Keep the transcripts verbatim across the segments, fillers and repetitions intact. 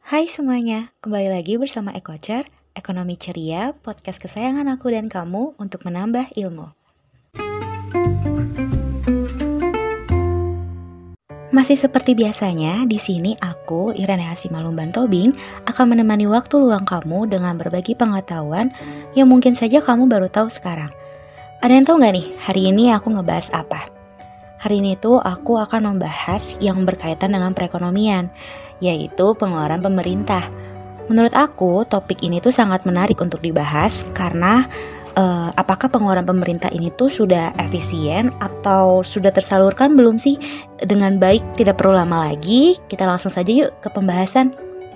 Hai semuanya, kembali lagi bersama Ekocer, Ekonomi Ceria, podcast kesayangan aku dan kamu untuk menambah ilmu. Masih seperti biasanya, di sini aku, Irene Hasimalumban Tobing, akan menemani waktu luang kamu dengan berbagi pengetahuan yang mungkin saja kamu baru tahu sekarang. Ada yang tahu nggak nih, hari ini aku ngebahas apa? Hari ini tuh aku akan membahas yang berkaitan dengan perekonomian, yaitu pengeluaran pemerintah. Menurut aku, topik ini tuh sangat menarik untuk dibahas karena eh, apakah pengeluaran pemerintah ini tuh sudah efisien atau sudah tersalurkan belum sih dengan baik? Tidak perlu lama lagi, kita langsung saja yuk ke pembahasan.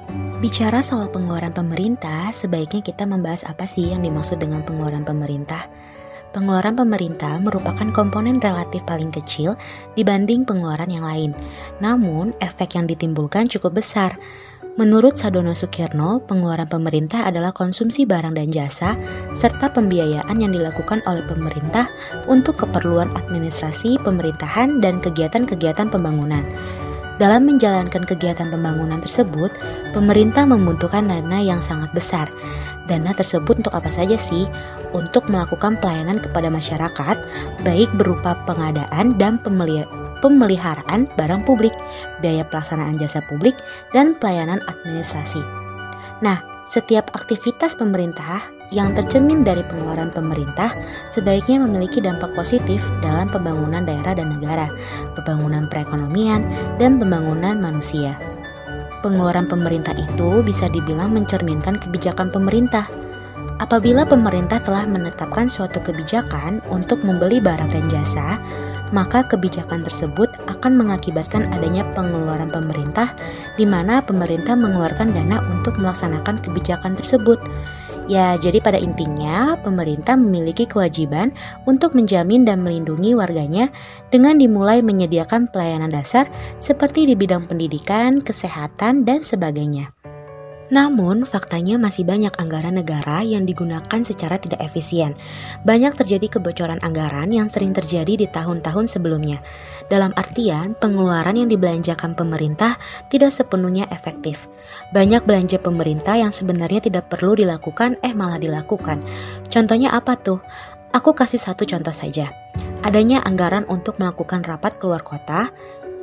Bicara soal pengeluaran pemerintah, sebaiknya kita membahas apa sih yang dimaksud dengan pengeluaran pemerintah. Pengeluaran pemerintah merupakan komponen relatif paling kecil dibanding pengeluaran yang lain. Namun, efek yang ditimbulkan cukup besar. Menurut Sadono Sukirno, pengeluaran pemerintah adalah konsumsi barang dan jasa, serta pembiayaan yang dilakukan oleh pemerintah untuk keperluan administrasi, pemerintahan, dan kegiatan-kegiatan pembangunan. Dalam menjalankan kegiatan pembangunan tersebut, pemerintah membutuhkan dana yang sangat besar. Dana tersebut untuk apa saja sih? Untuk melakukan pelayanan kepada masyarakat, baik berupa pengadaan dan pemeliharaan barang publik, biaya pelaksanaan jasa publik, dan pelayanan administrasi. Nah, setiap aktivitas pemerintah yang tercermin dari pengeluaran pemerintah sebaiknya memiliki dampak positif dalam pembangunan daerah dan negara, pembangunan perekonomian, dan pembangunan manusia. Pengeluaran pemerintah itu bisa dibilang mencerminkan kebijakan pemerintah. Apabila pemerintah telah menetapkan suatu kebijakan untuk membeli barang dan jasa, maka kebijakan tersebut akan mengakibatkan adanya pengeluaran pemerintah, di mana pemerintah mengeluarkan dana untuk melaksanakan kebijakan tersebut. Ya, jadi pada intinya, pemerintah memiliki kewajiban untuk menjamin dan melindungi warganya dengan dimulai menyediakan pelayanan dasar seperti di bidang pendidikan, kesehatan, dan sebagainya. Namun, faktanya masih banyak anggaran negara yang digunakan secara tidak efisien. Banyak terjadi kebocoran anggaran yang sering terjadi di tahun-tahun sebelumnya. Dalam artian, pengeluaran yang dibelanjakan pemerintah tidak sepenuhnya efektif. Banyak belanja pemerintah yang sebenarnya tidak perlu dilakukan, eh malah dilakukan. Contohnya apa tuh? Aku kasih satu contoh saja. Adanya anggaran untuk melakukan rapat keluar kota,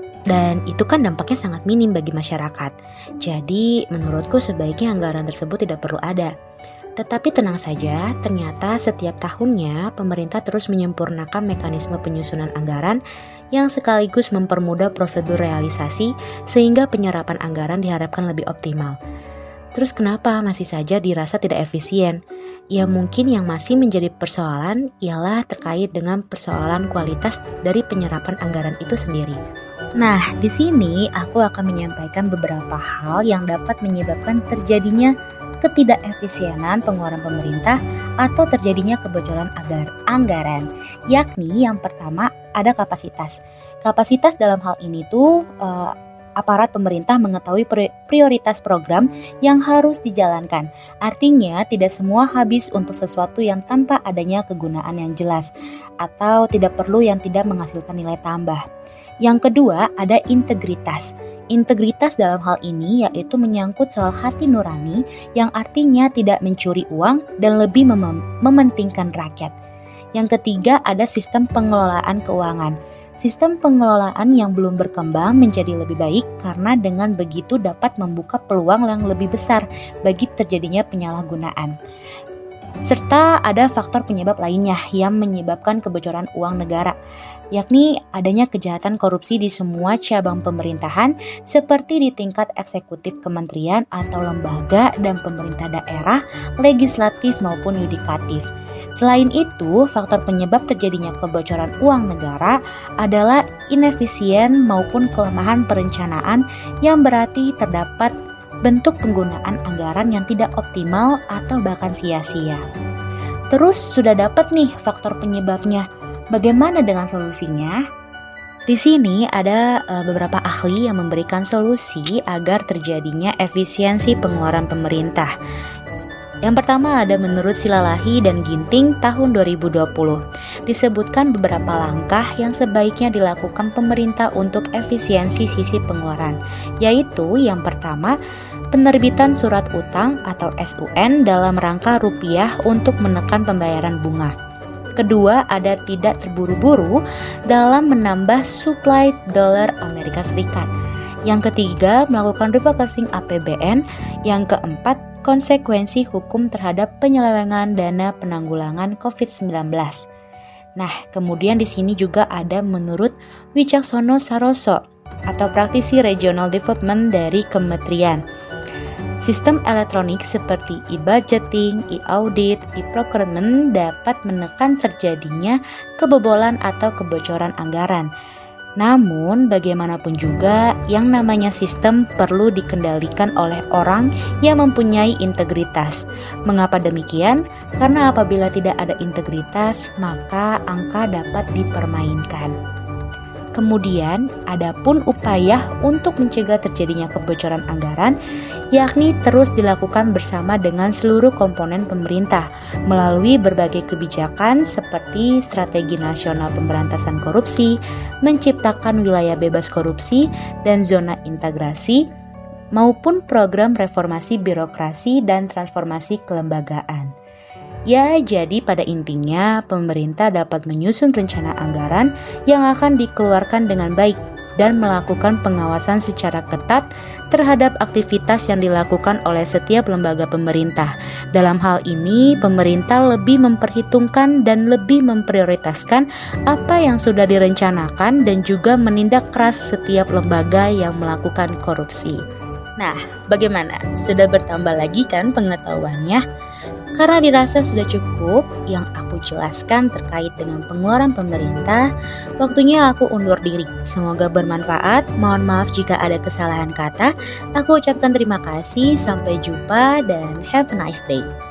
dan itu kan dampaknya sangat minim bagi masyarakat. Jadi menurutku sebaiknya anggaran tersebut tidak perlu ada. Tetapi tenang saja, ternyata setiap tahunnya pemerintah terus menyempurnakan mekanisme penyusunan anggaran yang sekaligus mempermudah prosedur realisasi sehingga penyerapan anggaran diharapkan lebih optimal. Terus kenapa masih saja dirasa tidak efisien? Ya mungkin yang masih menjadi persoalan ialah terkait dengan persoalan kualitas dari penyerapan anggaran itu sendiri. Nah, di sini aku akan menyampaikan beberapa hal yang dapat menyebabkan terjadinya ketidakefisienan pengeluaran pemerintah atau terjadinya kebocoran agar anggaran. Yakni yang pertama ada kapasitas. Kapasitas dalam hal ini tuh uh, aparat pemerintah mengetahui prioritas program yang harus dijalankan. Artinya tidak semua habis untuk sesuatu yang tanpa adanya kegunaan yang jelas atau tidak perlu yang tidak menghasilkan nilai tambah. Yang kedua ada integritas. Integritas dalam hal ini yaitu menyangkut soal hati nurani yang artinya tidak mencuri uang dan lebih mem- mementingkan rakyat. Yang ketiga ada sistem pengelolaan keuangan. Sistem pengelolaan yang belum berkembang menjadi lebih baik karena dengan begitu dapat membuka peluang yang lebih besar bagi terjadinya penyalahgunaan. Serta ada faktor penyebab lainnya yang menyebabkan kebocoran uang negara, yakni adanya kejahatan korupsi di semua cabang pemerintahan seperti di tingkat eksekutif kementerian atau lembaga dan pemerintah daerah, legislatif maupun yudikatif. Selain itu, faktor penyebab terjadinya kebocoran uang negara adalah inefisien maupun kelemahan perencanaan yang berarti terdapat bentuk penggunaan anggaran yang tidak optimal atau bahkan sia-sia. Terus sudah dapat nih faktor penyebabnya. Bagaimana dengan solusinya? Di sini ada uh, beberapa ahli yang memberikan solusi agar terjadinya efisiensi pengeluaran pemerintah. Yang pertama ada menurut Silalahi dan Ginting tahun dua ribu dua puluh. Disebutkan beberapa langkah yang sebaiknya dilakukan pemerintah untuk efisiensi sisi pengeluaran, yaitu yang pertama penerbitan surat utang atau S U N dalam rangka rupiah untuk menekan pembayaran bunga. Kedua, ada tidak terburu-buru dalam menambah suplai dolar Amerika Serikat. Yang ketiga, melakukan refocusing A P B N. Yang keempat, konsekuensi hukum terhadap penyelewengan dana penanggulangan covid sembilan belas. Nah, kemudian di sini juga ada menurut Wicaksono Saroso atau praktisi regional development dari kementerian. Sistem elektronik seperti e-budgeting, e-audit, e-procurement dapat menekan terjadinya kebobolan atau kebocoran anggaran. Namun, bagaimanapun juga, yang namanya sistem perlu dikendalikan oleh orang yang mempunyai integritas. Mengapa demikian? Karena apabila tidak ada integritas, maka angka dapat dipermainkan. Kemudian, ada pun upaya untuk mencegah terjadinya kebocoran anggaran, yakni terus dilakukan bersama dengan seluruh komponen pemerintah melalui berbagai kebijakan seperti Strategi Nasional Pemberantasan Korupsi, menciptakan wilayah bebas korupsi dan zona integrasi, maupun program reformasi birokrasi dan transformasi kelembagaan. Ya, jadi pada intinya pemerintah dapat menyusun rencana anggaran yang akan dikeluarkan dengan baik dan melakukan pengawasan secara ketat terhadap aktivitas yang dilakukan oleh setiap lembaga pemerintah. Dalam hal ini, pemerintah lebih memperhitungkan dan lebih memprioritaskan apa yang sudah direncanakan dan juga menindak keras setiap lembaga yang melakukan korupsi. Nah, bagaimana? Sudah bertambah lagi kan pengetahuannya? Karena dirasa sudah cukup yang aku jelaskan terkait dengan pengeluaran pemerintah, waktunya aku undur diri. Semoga bermanfaat. Mohon maaf jika ada kesalahan kata. Aku ucapkan terima kasih, sampai jumpa, dan have a nice day.